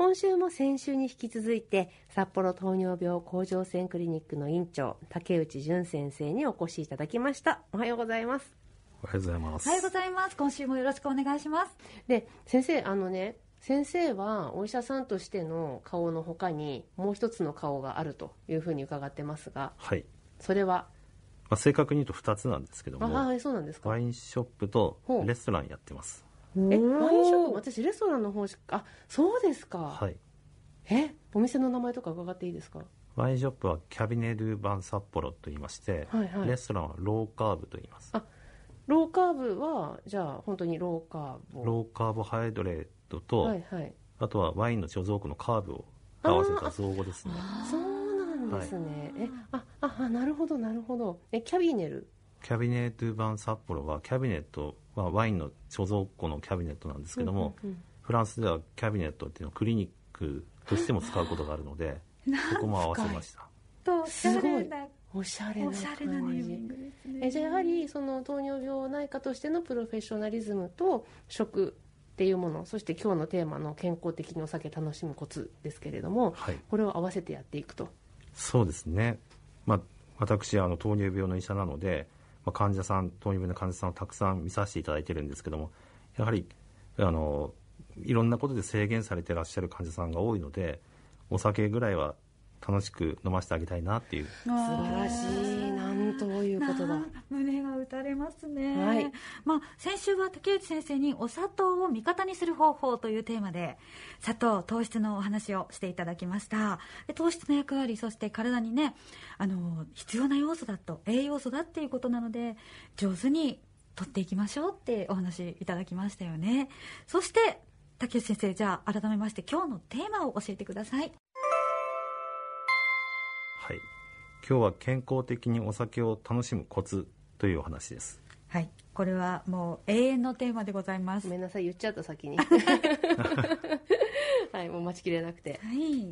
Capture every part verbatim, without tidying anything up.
今週も先週に引き続いて札幌糖尿病甲状腺クリニックの院長竹内淳先生にお越しいただきました。おはようございます。 おはようございます。 おはようございます。今週もよろしくお願いします。 で、先生、あのね、先生はお医者さんとしての顔の他にもう一つの顔があるというふうに伺ってますが、 はい、 それは、 まあ、正確に言うとふたつなんですけども、 あ、はい、そうなんですか。 ワインショップとレストランやってます。 え、ワインショップ、私レストランの方しか、あ、そうですか。 はい。 え、お店の名前とか伺っていいですか。 ワインショップはキャビネ・ドゥ・バン・札幌と言いまして、はいはい、レストランはローカーブと言います。 あ、ローカーブはじゃあ本当にローカーブローカーボハイドレートと、はいはい、あとはワインの貯蔵庫のカーブを合わせた造語ですね。 そうなんですね、はい、えああなるほどなるほど。えキャビネルキャビネ・ドゥ・バン・札幌はキャビネットはワインの貯蔵庫のキャビネットなんですけども、うんうんうん、フランスではキャビネットっていうのをクリニックとしても使うことがあるのでそこも合わせました。 とすごいおしゃれな感じ、ね、えじゃあやはりその糖尿病内科としてのプロフェッショナリズムと食っていうもの、そして今日のテーマの健康的にお酒楽しむコツですけれども、はい、これを合わせてやっていくと。 そうですね、まあ、私あの糖尿病の医者なので、まあ、患者さん糖尿病の患者さんをたくさん見させていただいてるんですけども、やはりあのいろんなことで制限されていらっしゃる患者さんが多いので、お酒ぐらいは楽しく飲ませてあげたいなっていう。 素晴らしい、なんということだ。 胸が打たれますね、 はい。 まあ、先週は竹内先生にお砂糖を味方にする方法というテーマで砂糖糖質のお話をしていただきました。で糖質の役割、そして体にねあの必要な要素だと栄養素だっていうことなので上手に取っていきましょうってお話いただきましたよね。そして竹内先生、じゃあ改めまして今日のテーマを教えてください。 はい、今日は健康的にお酒を楽しむコツというお話です。 はい、これはもう永遠のテーマでございます。 ごめんなさい、言っちゃった先にはい、もう待ちきれなくて。 はい、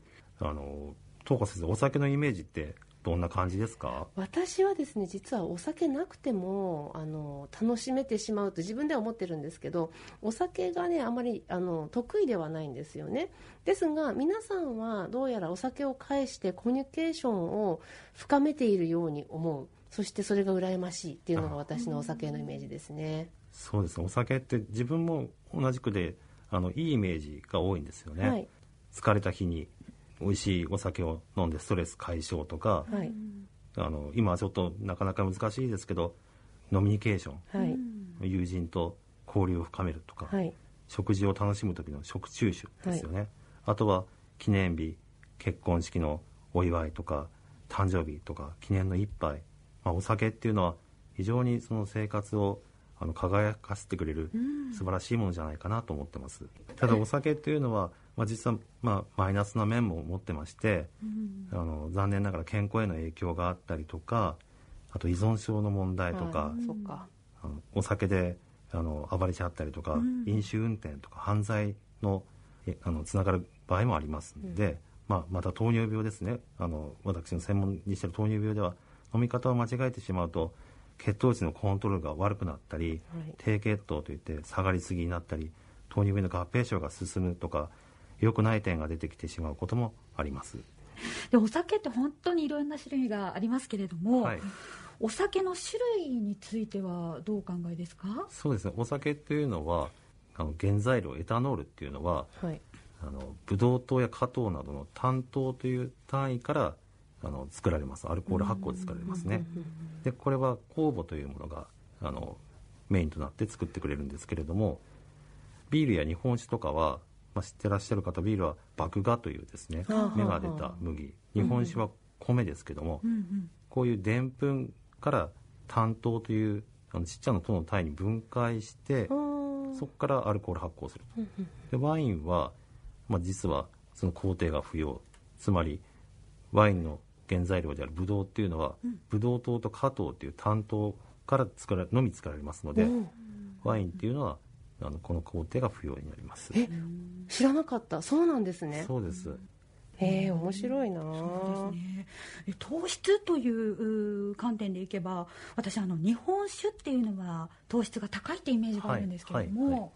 あの東子先生、お酒のイメージってどんな感じですか？ 私はですね、実はお酒なくてもあの楽しめてしまうと自分では思ってるんですけど、お酒がねあまりあの得意ではないんですよね。ですが皆さんはどうやらお酒を介してコミュニケーションを深めているように思う。そしてそれが羨ましいっていうのが私のお酒のイメージですね。 そうですね、お酒って自分も同じくであのいいイメージが多いんですよね、はい、疲れた日に美味しいお酒を飲んでストレス解消とか、はい、あの今はちょっとなかなか難しいですけどノミニケーション、はい、友人と交流を深めるとか、はい、食事を楽しむ時の食中酒ですよね、はい、あとは記念日、結婚式のお祝いとか誕生日とか記念の一杯、まあ、お酒っていうのは非常にその生活をあの輝かせてくれる素晴らしいものじゃないかなと思ってます。ただお酒っていうのは、まあ、実はまあマイナスな面も持ってまして、あの残念ながら健康への影響があったりとか、あと依存症の問題とか、あのお酒であの暴れちゃったりとか、飲酒運転とか犯罪のあのつながる場合もありますので、まあ、また糖尿病ですね、あの私の専門にしている糖尿病では飲み方を間違えてしまうと血糖値のコントロールが悪くなったり、はい、低血糖といって下がりすぎになったり、糖尿病の合併症が進むとか良くない点が出てきてしまうこともあります。 でお酒って本当にいろんな種類がありますけれども、はい、お酒の種類についてはどうお考えですか？ そうですね、お酒というのはあの原材料エタノールっていうのは、はい、あのブドウ糖や果糖などの単糖という単位からあの作られます。アルコール発酵で作られますね。でこれは酵母というものがあのメインとなって作ってくれるんですけれども、ビールや日本酒とかは、まあ、知ってらっしゃる方、ビールは麦芽というですね、芽が出た麦、日本酒は米ですけども、うんうん、こういうでんぷんから単糖というあのちっちゃな糖の単位に分解して、そこからアルコール発酵すると。でワインは、まあ、実はその工程が不要、つまりワインの原材料であるブドウっていうのは、うん、ブドウ糖と果糖っていう単糖から作らのみ作られますので、ワインっていうのはあのこの工程が不要になります。 え、知らなかった。そうなんですね。 そうです。 へえ、面白いな。 そうですね。糖質という観点でいけば、私あの日本酒っていうのは糖質が高いってイメージがあるんですけれども、はいはいはい、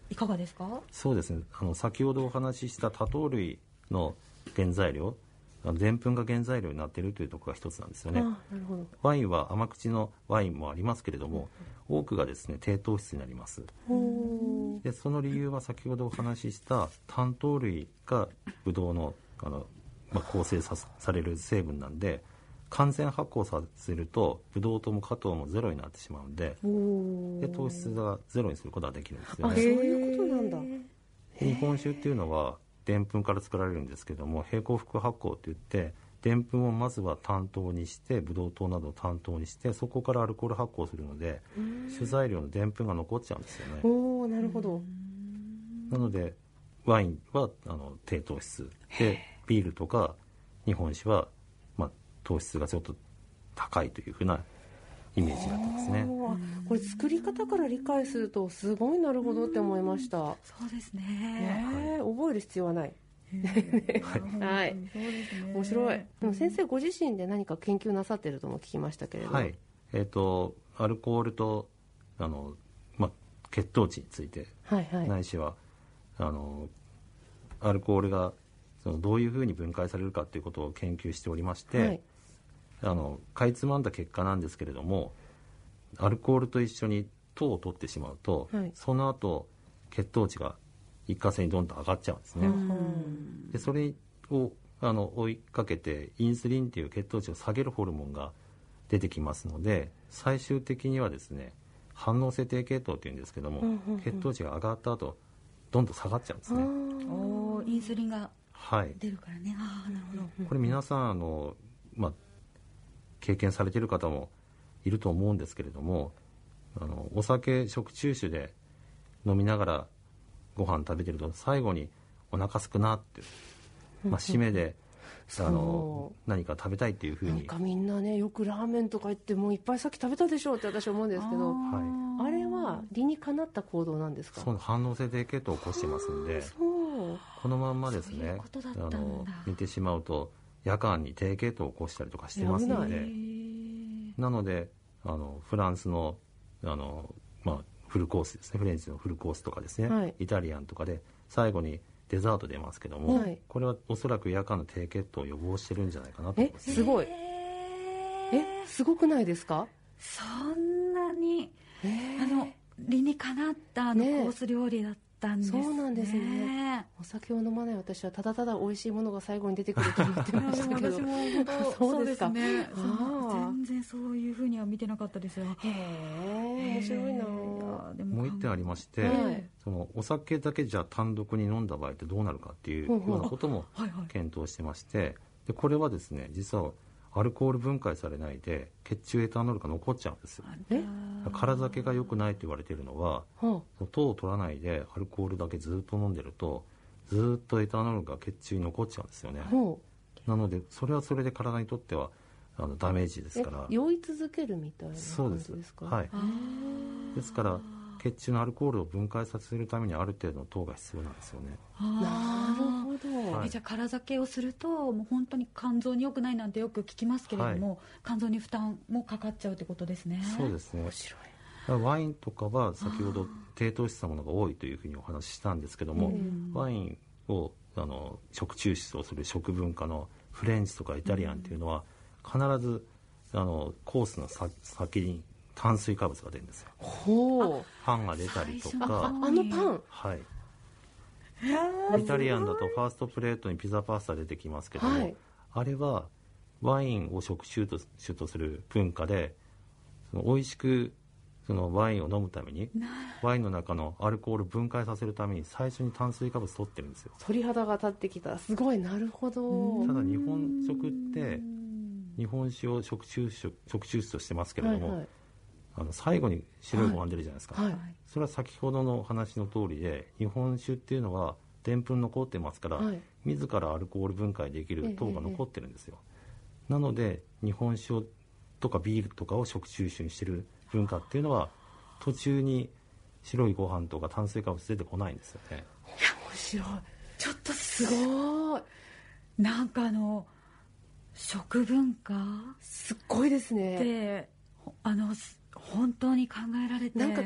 いかがですか？ そうですね、あの先ほどお話しした多糖類の原材料、でんぷんが原材料になっているというところが一つなんですよね。 あ、なるほど。 ワインは甘口のワインもありますけれども、多くがですね低糖質になります。でその理由は先ほどお話しした単糖類がブドウの、あの、まあ、構成 さ, される成分なんで、完全発酵させるとブドウ糖も果糖もゼロになってしまうんで、で糖質がゼロにすることができるんですよね。 あ、そういうことなんだ。 日本酒っていうのはでんぷんから作られるんですけども、並行複発酵っていってでんぷんをまずは単糖にしてブドウ糖などを単糖にして、そこからアルコール発酵するので主材料のでんぷんが残っちゃうんですよね。 おー、なるほど。 なのでワインはあの低糖質で、ビールとか日本酒は、まあ、糖質がちょっと高いというふうなイメージになってますね。 これ作り方から理解するとすごいなるほどって思いました。 そうですね、 ね、はい、覚える必要はない。はい、面白い。でも先生ご自身で何か研究なさってるとも聞きましたけれども、 はい、えーと、アルコールとあの、ま、血糖値について、はいはい、ないしはあのアルコールがそのどういうふうに分解されるかということを研究しておりまして、はい、あのかいつまんだ結果なんですけれども、アルコールと一緒に糖を取ってしまうと、はい、その後血糖値が一過性にどんどん上がっちゃうんですね。でそれをあの追いかけてインスリンという血糖値を下げるホルモンが出てきますので、最終的にはですね反応性低血糖というんですけども、うんうんうん、血糖値が上がった後どんどん下がっちゃうんですね。 おインスリンが出るからね、はい、あなるほど。 これ皆さんあの、まあ、経験されている方もいると思うんですけれども、あのお酒食中酒で飲みながらご飯食べてると最後にお腹すくなって、まあ、締めであの何か食べたいっていうふうに、 なんかみんなねよくラーメンとか言ってもういっぱいさっき食べたでしょうって私は思うんですけど、 あ,、はい、あれは理にかなった行動なんですか？ そう反応性低血糖を起こしてますんで、そうこのまんまですねあの寝てしまうと夜間に低血糖を起こしたりとかしてますので、なのであのフランスのあの、まあ、フルコースですね、フレンチのフルコースとかですね、はい、イタリアンとかで最後にデザート出ますけども、はい、これはおそらく夜間の低血糖を予防してるんじゃないかなと思います。 えすごい、えすごくないですか？ そんなにあの理にかなったあのコース料理だったんですね。 そうなんですね。お酒を飲まない私はただただ美味しいものが最後に出てくると思ってましたけどそうですね。全然そういうふうには見てなかったですよ。へえ面白いな。 もう一点ありまして、はい、そのお酒だけじゃ単独に飲んだ場合ってどうなるかっていうようなことも検討してまして、でこれはですね実はアルコール分解されないで血中エタノールが残っちゃうんですよ。空酒が良くないと言われているのは、はあ、糖を取らないでアルコールだけずっと飲んでるとずっとエタノールが血中に残っちゃうんですよね。はあ、なのでそれはそれで体にとってはあのダメージですから。 酔い続けるみたいな感じですか？そうです、 はい、ですから血中のアルコールを分解させるためにある程度の糖が必要なんですよね。 なるほど、はい、えじゃあ空酒をするともう本当に肝臓に良くないなんてよく聞きますけれども、はい、肝臓に負担もかかっちゃうってことですね。 そうですね。面白い。ワインとかは先ほど低糖質なものが多いというふうにお話ししたんですけども、ワインをあの食中酒をする食文化のフレンチとかイタリアンっていうのは必ずあのコースの先に炭水化物が出るんですよ。ほう。パンが出たりとか、 あ, あのパン、 はい、イタリアンだとファーストプレートにピザパスタ出てきますけども、はい、あれはワインを食中酒とする文化で、その美味しくそのワインを飲むためにワインの中のアルコールを分解させるために最初に炭水化物取ってるんですよ。 鳥肌が立ってきた。すごい、なるほど。 ただ日本食って日本酒を食中酒食中酒としてますけれども、はいはい、あの最後に白いご飯出るじゃないですか、はいはい、それは先ほどの話の通りで日本酒っていうのはでんぷん残ってますから、はい、自らアルコール分解できる糖が残ってるんですよ、ええ、なので日本酒とかビールとかを食中酒にしてる文化っていうのは途中に白いご飯とか炭水化物出てこないんですよね。いや面白い。ちょっとすごい。 なんかあの食文化すっごいですね。 であの本当に考えられて、 なんか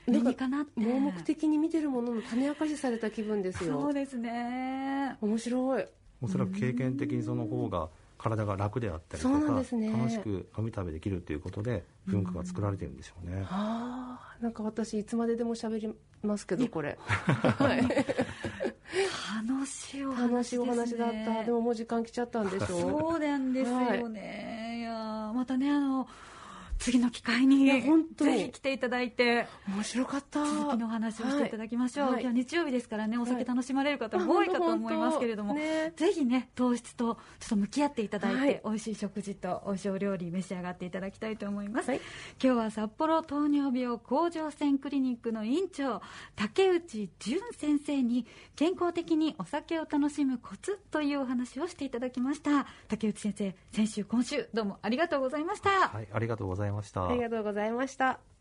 理にかなって盲目的に見てるものの種明かしされた気分ですよ。 そうですね、 面白い。 おそらく経験的にその方が体が楽であったりとか、ね、楽しく飲み食べできるということで文化が作られているんでしょうね。 ああ、なんか私いつまででも喋りますけどこれはい楽しいお話ですね。 楽しいお話だった。でももう時間来ちゃったんでしょう。 そうなんですよね、はい、いやまたね、あの次の機会にぜひ来ていただいて面白かった。 続きのお話をしていただきましょう、はい、今日日曜日ですからね、お酒楽しまれる方も多いかと思いますけれども、ね、ぜひね糖質とちょっと向き合っていただいて、はい、美味しい食事と美味しいお料理召し上がっていただきたいと思います、はい、今日は札幌糖尿病甲状腺クリニックの院長竹内純先生に健康的にお酒を楽しむコツというお話をしていただきました。竹内先生、先週今週どうもありがとうございました。 はい、ありがとうございました。 ありがとうございました。